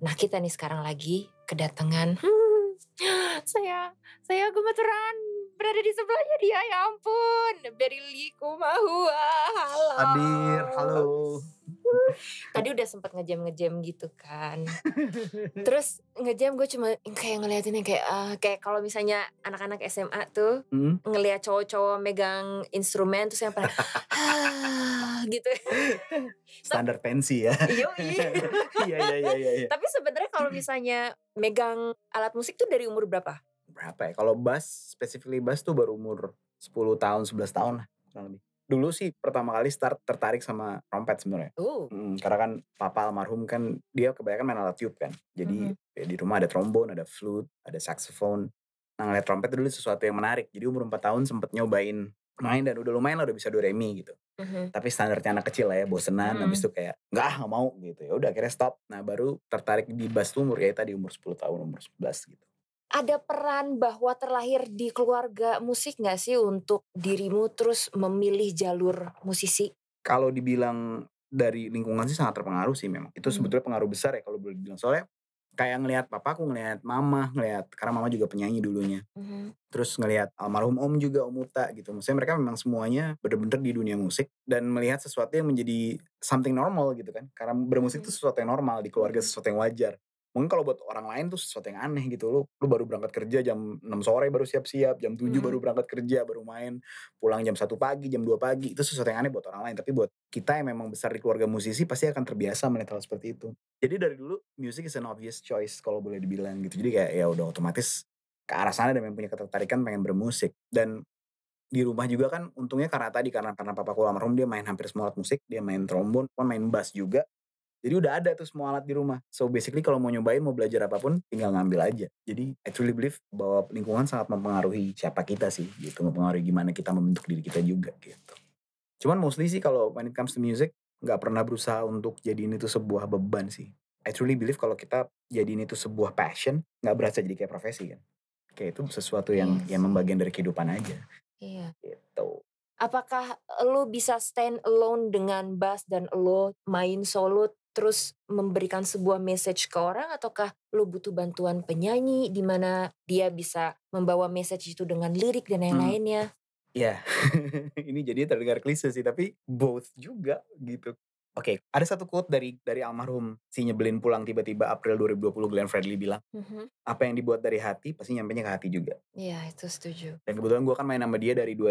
Nah kita nih sekarang lagi kedatangan saya gemeteran berada di sebelahnya dia, ya ampun. Berili Kumahua, halo. Hadir, halo. Tadi udah sempet ngejam gitu kan. Terus ngejam gue cuma kayak ngeliatinnya kayak kalau misalnya anak-anak SMA tuh ngelihat cowok-cowok megang instrumen terus yang pada gitu. Standar pensi ya. Yoi. Iya. Tapi sebenarnya kalau misalnya megang alat musik tuh dari umur berapa? Berapa ya? Kalau bass, specifically bass tuh baru umur 10 tahun, 11 tahun lah kurang lebih. Dulu sih pertama kali tertarik sama trompet sebenarnya. Karena kan papa almarhum kan dia kebanyakan main alat tiup kan. Jadi ya di rumah ada trombon, ada flute, ada saxophone. Nah ngeliat trompet dulu sesuatu yang menarik. Jadi umur 4 tahun sempet nyobain main dan udah lumayan lah udah bisa do re mi gitu. Tapi standarnya anak kecil lah ya, bosenan habis itu kayak nggak mau gitu. Ya udah akhirnya stop. Nah baru tertarik di bass tuh umur ya tadi umur 10 tahun, umur 11 gitu. Ada peran bahwa terlahir di keluarga musik gak sih untuk dirimu terus memilih jalur musisi? Kalau dibilang dari lingkungan sih sangat terpengaruh sih memang. Itu sebetulnya pengaruh besar ya kalau boleh dibilang. Soalnya kayak ngelihat papaku, ngelihat mama, karena mama juga penyanyi dulunya. Terus ngelihat almarhum om juga, Om Uta gitu. Maksudnya mereka memang semuanya bener-bener di dunia musik dan melihat sesuatu yang menjadi something normal gitu kan. Karena bermusik itu sesuatu yang normal, di keluarga sesuatu yang wajar. Mungkin kalau buat orang lain tuh sesuatu yang aneh gitu. Lu baru berangkat kerja jam 6 sore baru siap-siap, jam 7 baru berangkat kerja, baru main, pulang jam 1 pagi, jam 2 pagi. Itu sesuatu yang aneh buat orang lain. Tapi buat kita yang memang besar di keluarga musisi pasti akan terbiasa melihat hal seperti itu. Jadi dari dulu music is an obvious choice kalau boleh dibilang gitu. Jadi kayak ya udah otomatis ke arah sana dan memang punya ketertarikan pengen bermusik. Dan di rumah juga kan untungnya karena papaku almarhum dia main hampir semua alat musik, dia main trombon, main bass juga. Jadi udah ada tuh semua alat di rumah. So basically kalau mau nyobain, mau belajar apapun tinggal ngambil aja. Jadi I truly believe bahwa lingkungan sangat mempengaruhi siapa kita sih gitu, mempengaruhi gimana kita membentuk diri kita juga gitu. Cuman mostly sih kalau when it comes to music nggak pernah berusaha untuk jadiin itu sebuah beban sih. I truly believe kalau kita jadiin itu sebuah passion, nggak berasa jadi kayak profesi kan. Kayak itu sesuatu yang membagian dari kehidupan aja. Iya. Gitu. Apakah lo bisa stand alone dengan bass dan lo main solo terus memberikan sebuah message ke orang, ataukah lo butuh bantuan penyanyi di mana dia bisa membawa message itu dengan lirik dan lain-lainnya? Iya. Ini jadinya terdengar klise sih, tapi both juga gitu. Oke, ada satu quote dari almarhum si nyebelin pulang tiba-tiba April 2020 Glenn Fredly bilang, "Apa yang dibuat dari hati pasti nyampenya ke hati juga." Iya, itu setuju. Dan kebetulan gue kan main sama dia dari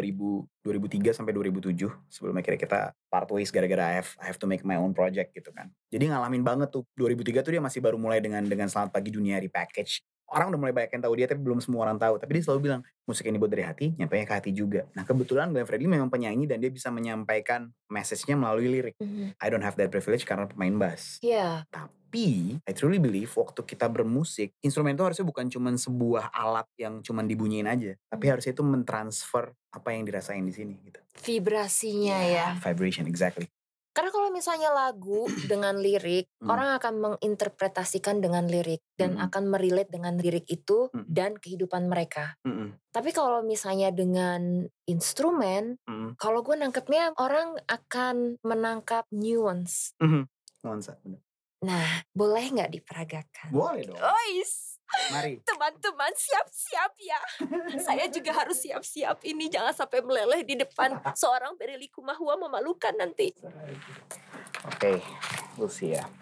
2003 sampai 2007 sebelum akhirnya kita part ways gara-gara I have to make my own project gitu kan. Jadi ngalamin banget tuh 2003 tuh dia masih baru mulai dengan Selamat Pagi Dunia Repackage. Orang udah mulai banyak yang tahu dia tapi belum semua orang tahu. Tapi dia selalu bilang musik ini buat dari hati, nyampainya ke hati juga. Nah kebetulan Glenn Fredly memang penyanyi dan dia bisa menyampaikan message-nya melalui lirik. I don't have that privilege karena pemain bass. Iya. Tapi I truly believe waktu kita bermusik, instrumen itu harusnya bukan cuma sebuah alat yang cuma dibunyiin aja, tapi harusnya itu mentransfer apa yang dirasain di sini gitu. Vibrasinya ya. Vibration, exactly. Karena kalau misalnya lagu dengan lirik, orang akan menginterpretasikan dengan lirik dan akan merelate dengan lirik itu dan kehidupan mereka. Tapi kalau misalnya dengan instrumen, kalau gue nangkepnya orang akan menangkap nuance. Nuansa, bener. Nah, boleh nggak diperagakan? Boleh dong. Ois. Mari. Teman-teman siap-siap ya. Saya juga harus siap-siap ini. Jangan sampai meleleh di depan seorang Berili Kumahua, memalukan nanti. Oke, we'll see ya.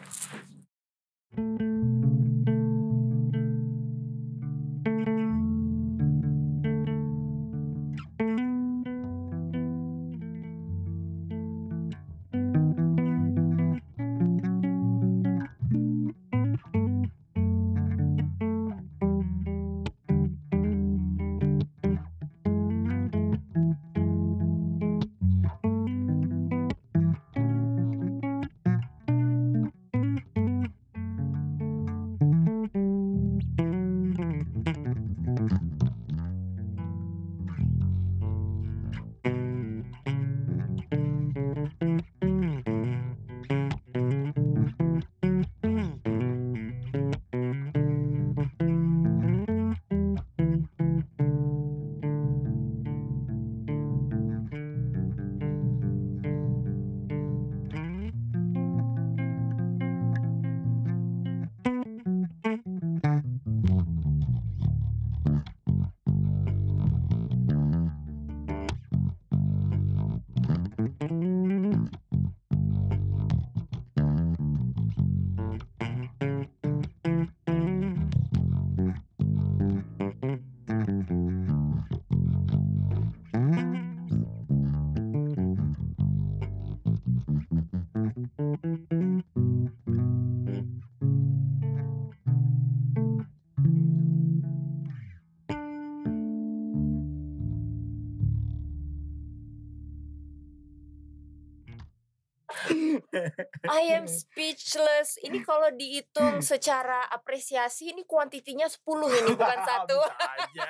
I am speechless. Ini kalau dihitung secara apresiasi ini kuantitinya 10 ini bukan 1. Bisa aja.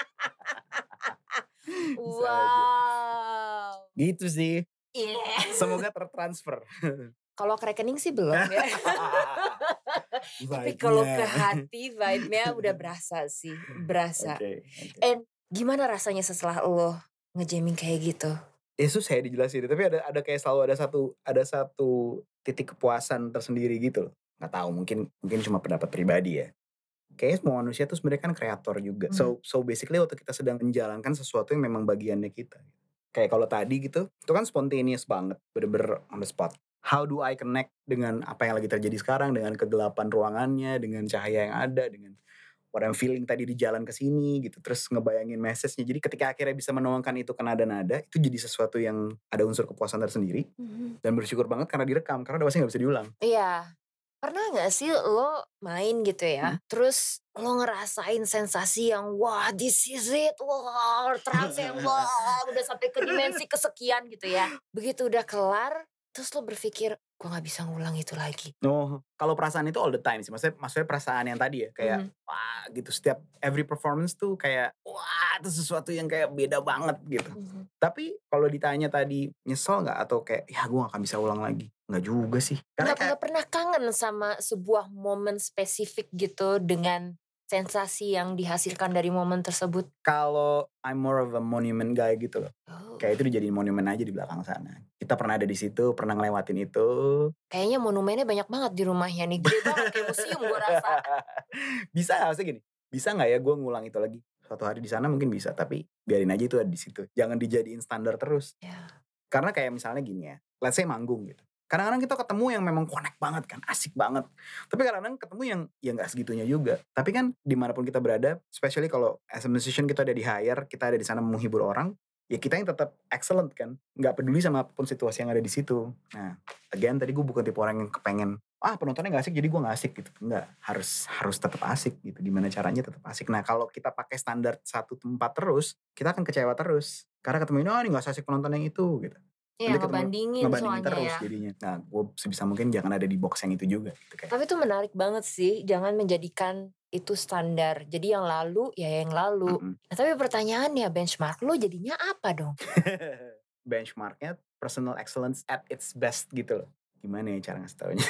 Bisa aja. Wow. Gitu sih. Yeah. Semoga tertransfer. Kalau ke rekening sih belum ya. Tapi kalau ke hati vibe-nya udah berasa sih. Berasa. Okay. And gimana rasanya setelah lo ngejamming kayak gitu? Susah ya dijelasin, tapi ada kayak selalu ada satu titik kepuasan tersendiri gitu loh. Nggak tahu, mungkin cuma pendapat pribadi ya. Kayaknya semua manusia tuh sebenarnya kan kreator juga. So basically waktu kita sedang menjalankan sesuatu yang memang bagiannya kita. Kayak kalau tadi gitu, itu kan spontaneous banget, bener-bener on the spot. How do I connect dengan apa yang lagi terjadi sekarang, dengan kegelapan ruangannya, dengan cahaya yang ada, dengan what I'm feeling tadi di jalan ke sini gitu, terus ngebayangin message-nya. Jadi ketika akhirnya bisa menuangkan itu ke nada-nada, itu jadi sesuatu yang ada unsur kepuasan tersendiri. Dan bersyukur banget karena direkam, karena udah pasti gak bisa diulang. Iya. Pernah gak sih lo main gitu ya, terus lo ngerasain sensasi yang wah this is it, wah trans yang wah udah sampai ke dimensi kesekian gitu ya. Begitu udah kelar, terus lo berpikir gue gak bisa ngulang itu lagi. Oh, kalau perasaan itu all the time sih. Maksudnya perasaan yang tadi ya, kayak wah gitu, setiap every performance tuh kayak wah itu sesuatu yang kayak beda banget gitu. Tapi kalau ditanya tadi nyesel gak atau kayak ya gue gak akan bisa ulang lagi, nggak juga sih. Karena nggak pernah kangen sama sebuah momen spesifik gitu dengan sensasi yang dihasilkan dari momen tersebut? Kalau I'm more of a monument guy gitu loh. Kayak itu dijadiin monumen aja di belakang sana. Kita pernah ada di situ, pernah ngelewatin itu. Kayaknya monumennya banyak banget di rumahnya nih. Gede banget kayak museum gue rasa. Bisa, maksudnya gini. Bisa gak ya gue ngulang itu lagi? Suatu hari di sana mungkin bisa, tapi biarin aja itu ada di situ. Jangan dijadiin standar terus. Yeah. Karena kayak misalnya gini ya, let's say manggung gitu. Kadang-kadang kita ketemu yang memang connect banget kan, asik banget. Tapi kadang-kadang ketemu yang ya gak segitunya juga. Tapi kan dimanapun kita berada, especially kalau as a musician kita ada di hire, kita ada di sana menghibur orang, ya kita yang tetap excellent kan. Gak peduli sama apapun situasi yang ada di situ. Nah, again tadi gue bukan tipe orang yang kepengen, penontonnya gak asik jadi gue gak asik gitu. Enggak, harus tetap asik gitu. Gimana caranya tetap asik. Nah kalau kita pakai standar satu tempat terus, kita akan kecewa terus. Karena ketemu ini gak asik penonton yang itu gitu. Iya, ngebandingin soalnya terus ya. Jadinya. Nah, gue sebisa mungkin jangan ada di box yang itu juga. Gitu, kayak. Tapi itu menarik banget sih, jangan menjadikan itu standar. Jadi yang lalu ya yang lalu. Nah, tapi pertanyaannya benchmark lu jadinya apa dong? Benchmarknya personal excellence at its best gitu loh. Gimana ya cara ngasih taunya?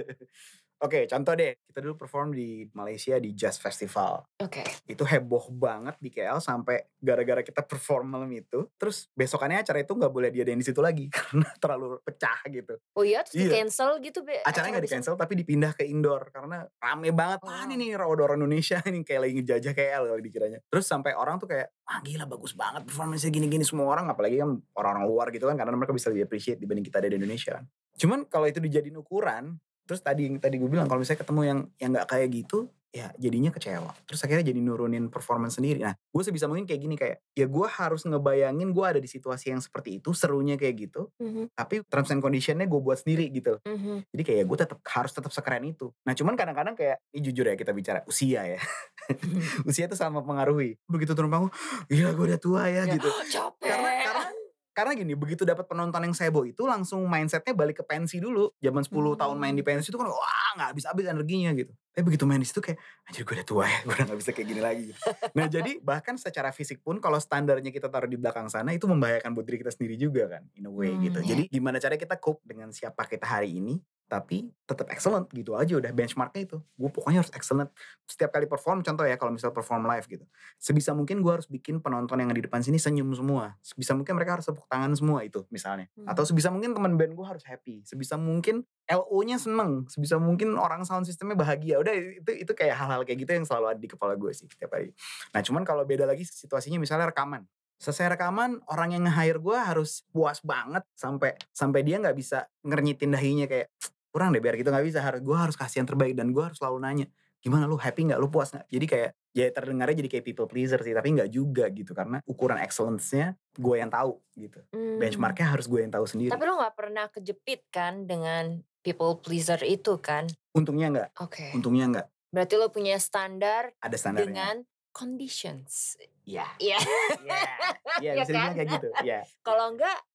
Oke, contoh deh. Kita dulu perform di Malaysia di Jazz Festival. Oke. Itu heboh banget di KL sampai gara-gara kita perform malam itu. Terus besokannya acara itu gak boleh diadain di situ lagi. Karena terlalu pecah gitu. Oh iya? Terus di-cancel gitu? Acaranya gak di-cancel tapi dipindah ke indoor. Karena rame banget. Ini nih orang Indonesia ini kayak lagi ngejajah KL kali dikiranya. Terus sampai orang tuh kayak, gila bagus banget performance-nya gini-gini. Semua orang, apalagi kan orang-orang luar gitu kan. Karena mereka bisa lebih appreciate dibanding kita ada di Indonesia kan. Cuman kalau itu dijadiin ukuran, terus tadi gue bilang kalau misalnya ketemu yang nggak kayak gitu, ya jadinya kecewa. Terus akhirnya jadi nurunin performance sendiri. Nah, gue sebisa mungkin kayak gini, kayak ya gue harus ngebayangin gue ada di situasi yang seperti itu, serunya kayak gitu. Tapi terms and conditionnya gue buat sendiri gitu. Jadi kayak gue harus tetap sekeren itu. Nah, cuman kadang-kadang kayak, ini jujur ya kita bicara usia ya. Usia itu sama mempengaruhi. Begitu turun panggung, gila gue udah tua ya gitu. Capek. Karena gini, begitu dapat penonton yang sebo itu langsung mindsetnya balik ke pensi dulu. Zaman 10 tahun main di pensi itu kan wah gak habis-habis energinya gitu. Tapi begitu main di situ kayak anjir gue udah tua ya, gue udah gak bisa kayak gini lagi gitu. Nah jadi bahkan secara fisik pun kalau standarnya kita taruh di belakang sana itu membahayakan buat diri kita sendiri juga kan, in a way gitu. Jadi gimana caranya kita cope dengan siapa kita hari ini, tapi tetap excellent gitu aja udah benchmarknya itu. Gue pokoknya harus excellent. Setiap kali perform, contoh ya kalau misal perform live gitu. Sebisa mungkin gue harus bikin penonton yang ada di depan sini senyum semua. Sebisa mungkin mereka harus tepuk tangan semua itu misalnya. Atau sebisa mungkin teman band gue harus happy. Sebisa mungkin LO-nya seneng. Sebisa mungkin orang sound systemnya bahagia. Udah itu kayak hal-hal kayak gitu yang selalu ada di kepala gue sih setiap hari. Nah cuman kalau beda lagi situasinya misalnya rekaman. Selesai rekaman, orang yang nge-hire gue harus puas banget sampai dia gak bisa ngernyitin dahinya kayak kurang deh biar gitu gak bisa. Gue harus kasih yang terbaik dan gue harus selalu nanya, gimana lu happy gak, lu puas gak? Jadi kayak ya terdengarnya jadi kayak people pleaser sih, tapi gak juga gitu. Karena ukuran excellence-nya gue yang tahu gitu. Benchmarknya harus gue yang tahu sendiri. Tapi lu gak pernah kejepit kan dengan people pleaser itu kan? Untungnya gak. Oke. Untungnya gak. Berarti lu punya standar. Ada standarnya. Dengan conditions. Iya. Iya. Iya, bisa dibilang kayak gitu. Iya. Kalau enggak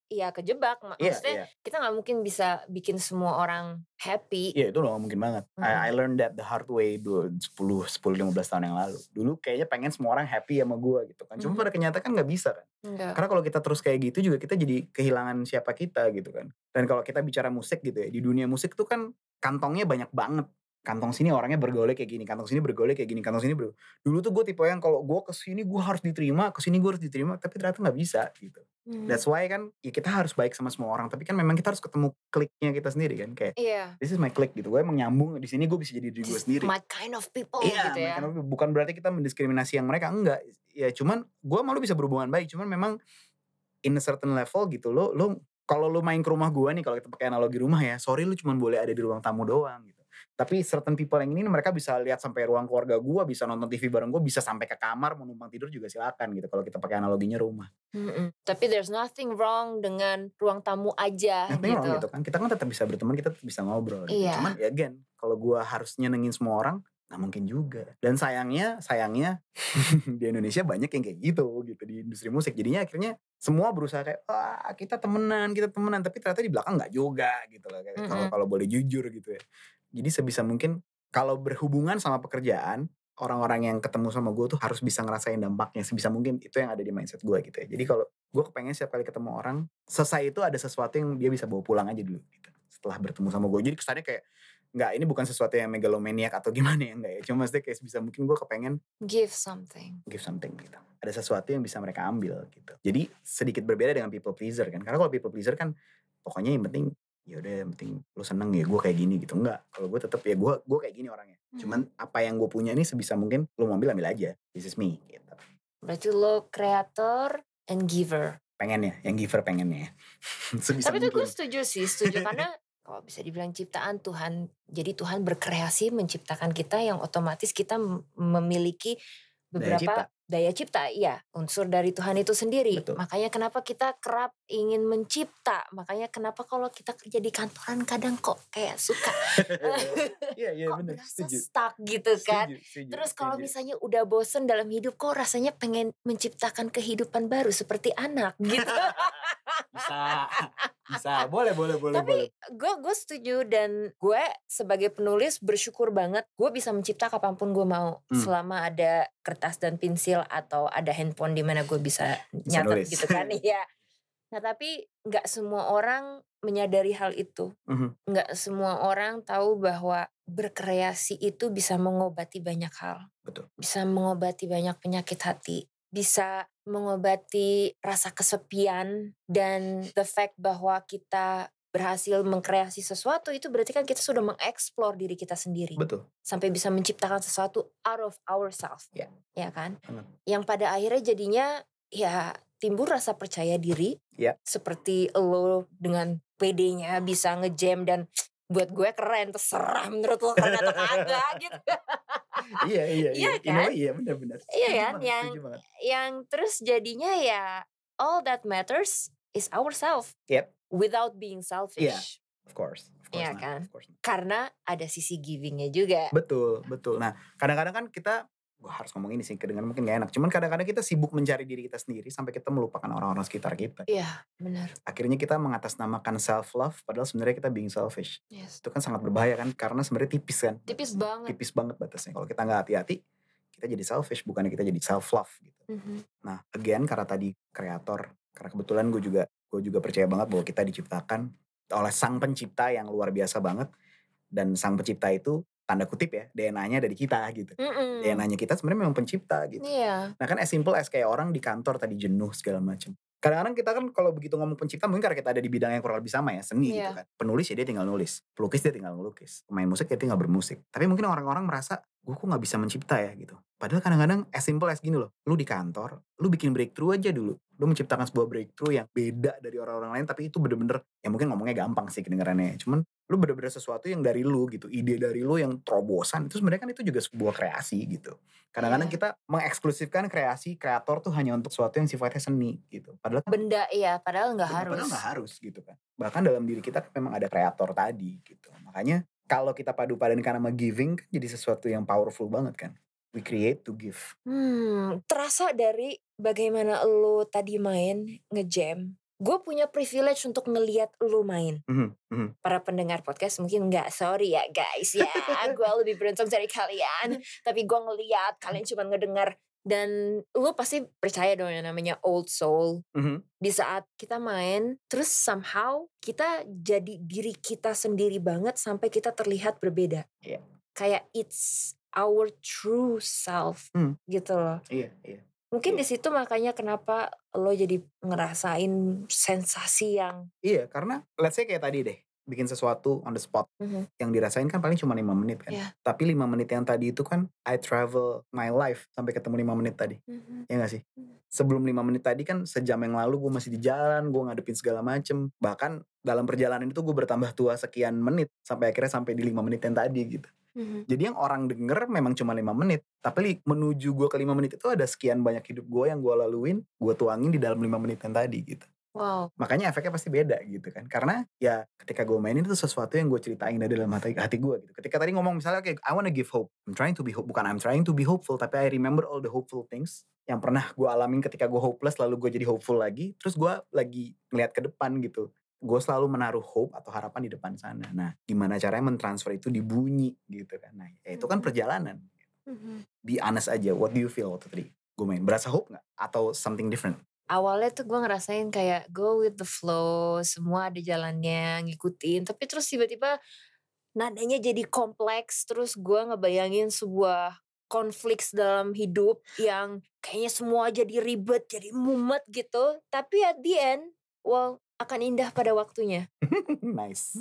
ya kejebak. Maksudnya kita gak mungkin bisa bikin semua orang happy. Iya itu gak mungkin banget. I learned that the hard way 10-15 tahun yang lalu. Dulu kayaknya pengen semua orang happy sama gue gitu kan. Cuma pada kenyataan kan gak bisa kan. Karena kalau kita terus kayak gitu juga kita jadi kehilangan siapa kita gitu kan. Dan kalau kita bicara musik gitu ya, di dunia musik tuh kan kantongnya banyak banget. Kantong sini orangnya bergaulnya kayak gini, kantong sini bergaulnya kayak gini, kantong sini dulu tuh gue tipe yang kalau gue kesini gue harus diterima, kesini gue harus diterima, tapi ternyata nggak bisa gitu. That's why kan ya kita harus baik sama semua orang, tapi kan memang kita harus ketemu kliknya kita sendiri kan, kayak this is my click gitu, gue emang nyambung di sini, gue bisa jadi diri gue sendiri. My kind of people gitu ya. Bukan berarti kita mendiskriminasi yang mereka, enggak. Ya cuman gue malu bisa berhubungan baik, cuman memang in a certain level gitu, lo kalau lo main ke rumah gue nih, kalau kita pakai analogi rumah ya, sorry lo cuma boleh ada di ruang tamu doang gitu. Tapi certain people yang ini mereka bisa lihat sampai ruang keluarga gue, bisa nonton TV bareng gue, bisa sampai ke kamar, mau numpang tidur juga silakan gitu kalau kita pakai analoginya rumah. Tapi there's nothing wrong dengan ruang tamu aja nothing gitu. Wrong gitu kan. Kita kan tetap bisa berteman, kita tetap bisa ngobrol gitu. Cuman ya again, kalau gue harus nyenengin semua orang, nggak mungkin juga. Dan sayangnya di Indonesia banyak yang kayak gitu di industri musik. Jadinya akhirnya semua berusaha kayak kita temenan, tapi ternyata di belakang nggak juga gitu loh. Kalau boleh jujur gitu ya. Jadi sebisa mungkin kalau berhubungan sama pekerjaan, orang-orang yang ketemu sama gue tuh harus bisa ngerasain dampaknya sebisa mungkin. Itu yang ada di mindset gue gitu ya. Jadi kalau gue kepengen setiap kali ketemu orang, selesai itu ada sesuatu yang dia bisa bawa pulang aja dulu gitu. Setelah bertemu sama gue. Jadi kesannya kayak enggak, ini bukan sesuatu yang megalomaniak atau gimana ya, enggak ya. Cuma maksudnya kayak sebisa mungkin gue kepengen give something gitu. Ada sesuatu yang bisa mereka ambil gitu. Jadi sedikit berbeda dengan people pleaser kan. Karena kalau people pleaser kan pokoknya yang penting ya udah, yang penting lu seneng ya gue kayak gini gitu. Enggak, kalau gue tetap ya gue kayak gini orangnya. Cuman apa yang gue punya ini sebisa mungkin lu mau ambil aja. This is me gitu. Berarti lo creator and giver. Pengen ya, yang giver pengennya ya. Tapi itu gue setuju karena kalau bisa dibilang ciptaan Tuhan, jadi Tuhan berkreasi menciptakan kita yang otomatis kita memiliki beberapa daya cipta, iya, unsur dari Tuhan itu sendiri. Betul. Makanya kenapa kita kerap ingin mencipta, makanya kenapa kalau kita kerja di kantoran kadang kok kayak suka kok bener, berasa stuck gitu kan. Terus kalau misalnya udah bosen dalam hidup, kok rasanya pengen menciptakan kehidupan baru seperti anak gitu. bisa boleh. Tapi gue setuju, dan gue sebagai penulis bersyukur banget gue bisa mencipta kapanpun gue mau, selama ada kertas dan pensil atau ada handphone di mana gue bisa nyatet gitu kan ya. Nah tapi nggak semua orang menyadari hal itu. Nggak semua orang tahu bahwa berkreasi itu bisa mengobati banyak hal. Betul. Bisa mengobati banyak penyakit hati, bisa mengobati rasa kesepian, dan the fact bahwa kita berhasil mengkreasi sesuatu itu berarti kan kita sudah mengeksplor diri kita sendiri. Betul. Sampai bisa menciptakan sesuatu out of ourselves. Ya. Ya kan? Yang pada akhirnya jadinya ya timbul rasa percaya diri. Ya. Seperti lo dengan PD-nya bisa ngejam dan buat gue keren, terserah menurut lo keren atau kagak gitu. Iya kan? Iya benar. Iya kan? Yang terus jadinya ya all that matters is ourselves. Yep. Without being selfish. Yeah, of course. Iya kan? Karena ada sisi givingnya juga. Betul. Nah kadang-kadang kan kita, gue harus ngomong ini sih, kedengaran mungkin gak enak. Cuman kadang-kadang kita sibuk mencari diri kita sendiri sampai kita melupakan orang-orang sekitar kita. Iya, benar. Akhirnya kita mengatasnamakan self love, padahal sebenarnya kita being selfish. Yes. Itu kan sangat berbahaya kan, karena sebenarnya tipis kan. Tipis banget. Tipis banget batasnya. Kalau kita nggak hati-hati, kita jadi selfish, bukannya kita jadi self love gitu. Nah, again karena tadi kreator, karena kebetulan gue juga percaya banget bahwa kita diciptakan oleh sang pencipta yang luar biasa banget, dan sang pencipta itu tanda kutip ya, DNA-nya dari kita gitu. DNA-nya kita sebenarnya memang pencipta gitu. Iya. Nah kan as simple as kayak orang di kantor tadi jenuh segala macam. Kadang-kadang kita kan kalau begitu ngomong pencipta, mungkin karena kita ada di bidang yang kurang lebih sama ya, seni gitu kan. Penulis ya dia tinggal nulis, pelukis dia tinggal ngelukis, pemain musik dia tinggal bermusik. Tapi mungkin orang-orang merasa, gue kok gak bisa mencipta ya gitu. Padahal kadang-kadang as simple as gini loh, lu di kantor, lu bikin breakthrough aja dulu. Lu menciptakan sebuah breakthrough yang beda dari orang-orang lain, tapi itu bener-bener, ya mungkin ngomongnya gampang sih kedengarannya. Cuman lu bener-bener sesuatu yang dari lu gitu, ide dari lu yang terobosan, itu sebenarnya kan itu juga sebuah kreasi gitu. Kadang-kadang kita mengeksklusifkan kreasi kreator tuh hanya untuk sesuatu yang sifatnya seni gitu. Padahal kan benda ya, padahal gak harus. Padahal gak harus gitu kan. Bahkan dalam diri kita memang ada kreator tadi gitu. Makanya kalau kita padu-padankan sama giving kan jadi sesuatu yang powerful banget kan. We create to give. Terasa dari bagaimana lo tadi main ngejam, gue punya privilege untuk ngelihat lu main. Para pendengar podcast mungkin nggak, sorry ya guys ya, gue lebih beruntung dari kalian. Tapi gue ngelihat kalian cuma ngedengar. Dan lu pasti percaya dong yang namanya old soul. Di saat kita main, terus somehow kita jadi diri kita sendiri banget sampai kita terlihat berbeda. Kayak it's our true self gitu loh. Mungkin di situ makanya kenapa lo jadi ngerasain sensasi yang... Iya, karena let's say kayak tadi deh, bikin sesuatu on the spot. Yang dirasain kan paling cuma 5 menit kan. Tapi 5 menit yang tadi itu kan I travel my life sampai ketemu 5 menit tadi. Ya gak sih? Sebelum 5 menit tadi kan sejam yang lalu gue masih di jalan, gue ngadepin segala macem. Bahkan dalam perjalanan itu gue bertambah tua sekian menit sampai akhirnya sampai di 5 menit yang tadi gitu. Jadi yang orang denger memang cuma 5 menit. Tapi menuju gue ke 5 menit itu ada sekian banyak hidup gue yang gue laluin, gue tuangin di dalam 5 menit yang tadi gitu. Wow. Makanya efeknya pasti beda gitu kan. Karena ya ketika gue mainin itu sesuatu yang gue ceritain dari dalam hati gue gitu. Ketika tadi ngomong misalnya okay, I wanna give hope. I'm trying to be hopeful. Tapi I remember all the hopeful things yang pernah gue alamin ketika gue hopeless lalu gue jadi hopeful lagi. Terus gue lagi ngeliat ke depan gitu. Gue selalu menaruh hope atau harapan di depan sana. Nah gimana caranya mentransfer itu di bunyi gitu kan. Nah ya itu kan perjalanan. Be honest aja, what do you feel waktu tadi gue main? Berasa hope gak? Atau something different? Awalnya tuh gue ngerasain kayak go with the flow, semua ada jalannya, ngikutin. Tapi terus tiba-tiba nadanya jadi kompleks, terus gue ngebayangin sebuah konflik dalam hidup yang kayaknya semua jadi ribet, jadi mumet gitu. Tapi at the end, well, akan indah pada waktunya. Nice.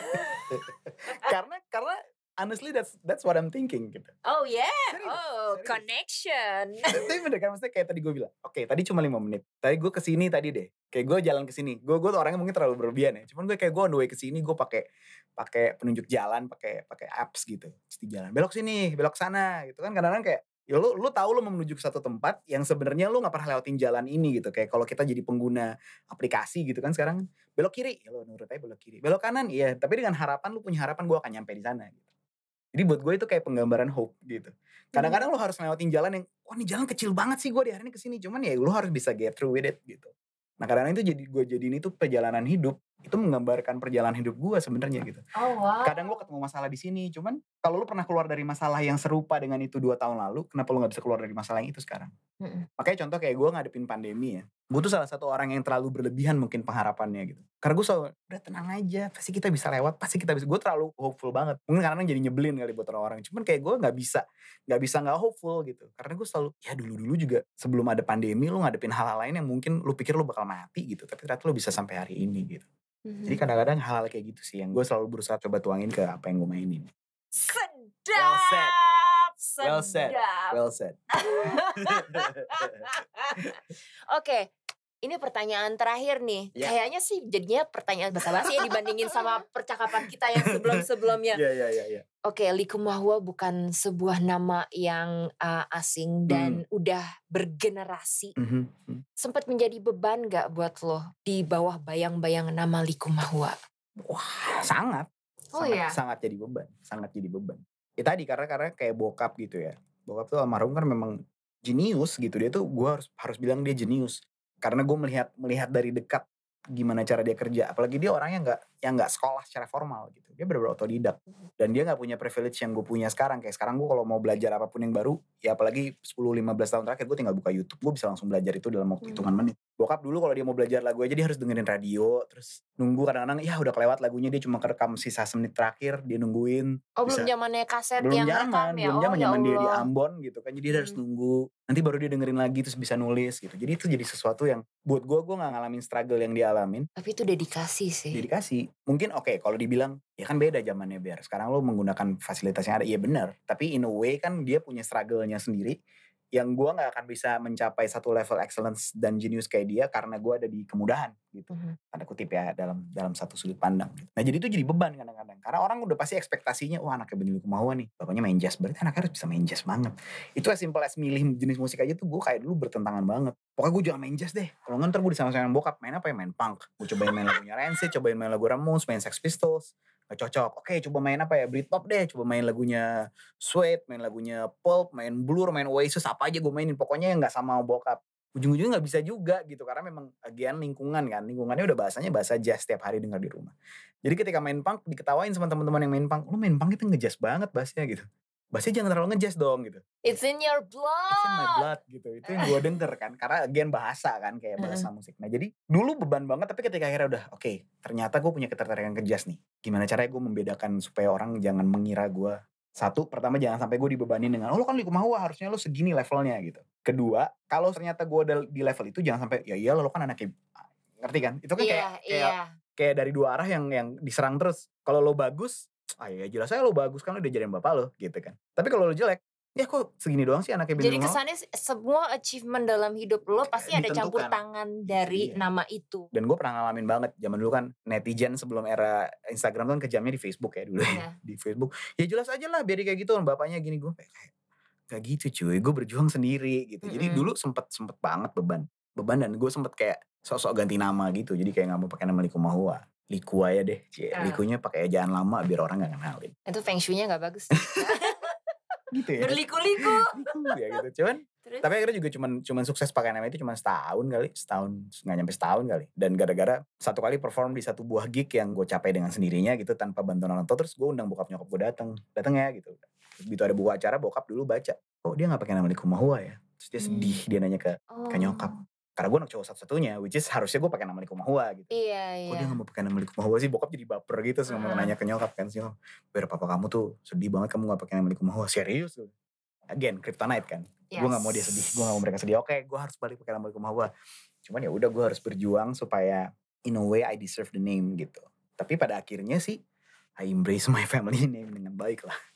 karena honestly that's what I'm thinking gitu. Oh yeah, serius. Connection. Tapi bener kan, maksudnya kayak tadi gue bilang, oke, tadi cuma 5 menit. Tadi gue kesini tadi deh, kayak gue jalan kesini. Gue tuh orangnya mungkin terlalu berlebihan ya. Cuman gue kayak gue on the way kesini, gue pakai penunjuk jalan, pakai apps gitu. Terus di jalan, belok sini, belok sana, gitu kan. Kadang-kadang kayak ya lu tahu lu mau menuju ke satu tempat yang sebenarnya lu nggak pernah lewatin jalan ini gitu. Kayak kalau kita jadi pengguna aplikasi gitu kan sekarang, belok kiri, ya lu nurut aja belok kiri. Belok kanan, iya. Tapi dengan harapan, lu punya harapan gue akan nyampe di sana gitu. Jadi buat gue itu kayak penggambaran hope gitu. Kadang-kadang lo harus lewatin jalan yang, wah ini jalan kecil banget sih gue di hari ini kesini. Cuman ya lo harus bisa get through with it gitu. Nah kadang-kadang itu gue jadiin itu perjalanan hidup. Itu menggambarkan perjalanan hidup gue sebenarnya gitu. Oh wow. Kadang gue ketemu masalah di sini. Cuman kalau lo pernah keluar dari masalah yang serupa dengan itu 2 tahun lalu, kenapa lo gak bisa keluar dari masalah yang itu sekarang? Makanya contoh kayak gue ngadepin pandemi ya. Gue tuh salah satu orang yang terlalu berlebihan mungkin pengharapannya gitu. Karena gue selalu, udah tenang aja, pasti kita bisa lewat, pasti kita bisa. Gue terlalu hopeful banget. Mungkin kadang jadi nyebelin kali buat orang-orang. Cuman kayak gue gak bisa gak hopeful gitu. Karena gue selalu, ya dulu-dulu juga sebelum ada pandemi lu ngadepin hal-hal lain yang mungkin lu pikir lu bakal mati gitu. Tapi ternyata lu bisa sampai hari ini gitu. Jadi kadang-kadang hal-hal kayak gitu sih yang gue selalu berusaha coba tuangin ke apa yang gue mainin. Sedap. Well said. Oke, ini pertanyaan terakhir nih. Kayaknya sih jadinya pertanyaan basa-basi ya dibandingin sama percakapan kita yang sebelum-sebelumnya. Iya. Oke, Likumahua bukan sebuah nama yang asing dan udah bergenerasi. Sempat menjadi beban gak buat lo di bawah bayang-bayang nama Likumahua? Wah, sangat. Sangat jadi beban. Ya tadi karena kayak bokap gitu ya. Bokap tuh almarhum kan memang jenius gitu. Dia tuh gue harus bilang dia jenius. Karena gue melihat dari dekat gimana cara dia kerja. Apalagi dia orangnya nggak sekolah secara formal gitu. Dia benar-benar otodidak. Dan dia nggak punya privilege yang gue punya sekarang. Kayak sekarang gue kalau mau belajar apapun yang baru, ya apalagi 10-15 tahun terakhir gue tinggal buka YouTube. Gue bisa langsung belajar itu dalam waktu hitungan menit. Bokap dulu kalau dia mau belajar lagu aja dia harus dengerin radio. Terus nunggu kadang-kadang ya udah kelewat lagunya, dia cuma kerekam sisa semenit terakhir. Dia nungguin. Oh belum zamannya kaset yang rekam ya? Belum zaman dia di Ambon gitu kan. Jadi dia harus nunggu. Nanti baru dia dengerin lagi terus bisa nulis gitu. Jadi itu jadi sesuatu yang buat gue gak ngalamin struggle yang dia alamin. Tapi itu dedikasi sih. Dedikasi. Mungkin oke, kalau dibilang ya kan beda zamannya Biar. Sekarang lo menggunakan fasilitas yang ada. Iya benar. Tapi in a way kan dia punya struggle-nya sendiri. Yang gue gak akan bisa mencapai satu level excellence dan genius kayak dia karena gue ada di kemudahan gitu. Tanda kutip ya dalam satu sudut pandang gitu. Nah jadi itu jadi beban kadang-kadang. Karena orang udah pasti ekspektasinya, wah anaknya Benny Likumahua nih, bapaknya main jazz, berarti anaknya harus bisa main jazz banget. Itu as simple as milih jenis musik aja tuh gue kayak dulu bertentangan banget. Pokoknya gue jangan main jazz deh. Kalau nggak ntar gue disama-sama bokap, main apa ya, main punk. Gue cobain main lagunya Rancid, cobain main lagu Ramones, main Sex Pistols. Gak cocok. Oke, coba main apa ya, Britpop deh. Coba main lagunya Suede, main lagunya Pulp, main Blur, main Oasis, apa aja gue mainin. Pokoknya yang gak sama bokap. ujung-ujungnya nggak bisa juga gitu, karena memang bagian lingkungan kan, lingkungannya udah bahasanya bahasa jazz tiap hari dengar di rumah. Jadi ketika main punk diketawain sama teman-teman yang main punk, "Lu main punk itu nge-jazz banget bassnya," gitu. "Bassnya jangan terlalu nge-jazz dong," gitu. It's in your It's in my blood. blood gitu. Itu yang gue denger kan, karena again bahasa kan, kayak bahasa musik. Nah jadi dulu beban banget, tapi ketika akhirnya udah oke, ternyata gue punya ketertarikan ke jazz nih. Gimana caranya gue membedakan supaya orang jangan mengira gue, satu, pertama jangan sampai gue dibebanin dengan, "Oh lu kan Liku Mahua, harusnya lu segini levelnya," gitu. Kedua, kalau ternyata gue udah di level itu jangan sampai, "Ya iyalah lu kan anaknya," ngerti kan? Itu kan kayak dari dua arah yang diserang terus. Kalau lo bagus, ya jelas aja lo bagus kan, lo udah jadiin bapak lo gitu kan. Tapi kalau lo jelek, ya kok segini doang sih anaknya Jadi Benny Likumahua? kesannya semua achievement dalam hidup lo pasti ada campur Ditentukan. tangan dari Iya. nama itu. Dan gue pernah ngalamin banget, zaman dulu kan netizen sebelum era Instagram kan kejamnya di Facebook ya dulu ya. Di Facebook, ya jelas aja lah biar kayak gitu, bapaknya gini, gue kayak gak gitu cuy, gue berjuang sendiri gitu. Jadi dulu sempet banget beban dan gue sempet kayak sok-sok ganti nama gitu, jadi kayak gak mau pakai nama Likumahua, Liku aja deh, Likunya pakai ejaan lama biar orang gak kenalin. Itu feng shui-nya gak bagus. Gitu ya. Berliku-liku. Ya gitu. Cuman tapi akhirnya juga cuman sukses pakai nama itu cuma setahun nggak nyampe setahun kali. Dan gara-gara satu kali perform di satu buah gig yang gue capai dengan sendirinya gitu tanpa bantuan orang tua, terus gue undang bokap nyokap gue datang ya gitu. Begitu ada buku acara, bokap dulu baca, "Oh dia nggak pakai nama Likumahua ya?" Terus dia sedih, dia nanya ke nyokap. Karena gue anak cowok satu-satunya, which is harusnya gue pakai nama Likumahua gitu. Iya. Kok dia gak mau pakai nama Likumahua sih? Bokap jadi baper gitu, mau nanya ke nyokap kan. "Biar papa kamu tuh sedih banget kamu gak pakai nama Likumahua." Serius tuh. Again, kryptonite kan. Gue gak mau dia sedih, gue gak mau mereka sedih. Oke, gue harus balik pakai nama Likumahua. Cuman ya udah, gue harus berjuang supaya in a way I deserve the name gitu. Tapi pada akhirnya sih, I embrace my family name dengan baik lah.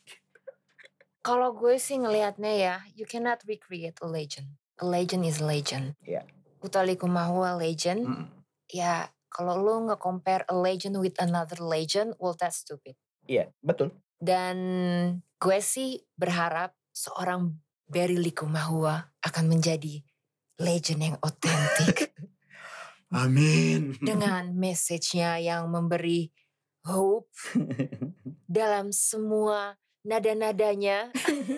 Kalau gue sih ngelihatnya ya, you cannot recreate a legend. A legend is a legend. Iya. Utha Likumahua legend. Ya, kalau lu nge-compare a legend with another legend, well that's stupid. Iya, betul. Dan gue sih berharap seorang Berry Likumahua akan menjadi legend yang otentik. Amin. Dengan message-nya yang memberi hope dalam semua nada-nadanya.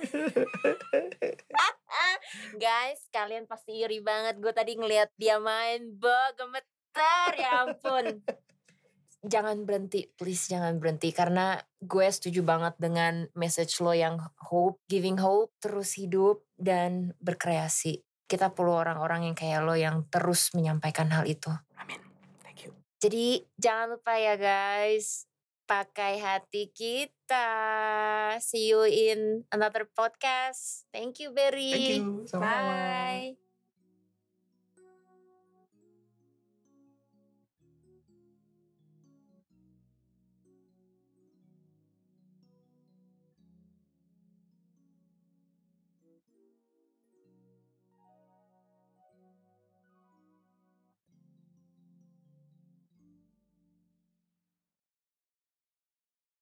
Guys, kalian pasti iri banget. Gue tadi ngeliat dia main, gemeter, ya ampun. Jangan berhenti, please jangan berhenti. Karena gue setuju banget dengan message lo yang hope, giving hope, terus hidup dan berkreasi. Kita perlu orang-orang yang kayak lo yang terus menyampaikan hal itu. Amin, thank you. Jadi jangan lupa ya guys, pakai hati kita. See you in another podcast. Thank you, Berry. Thank you, sama-sama. Bye.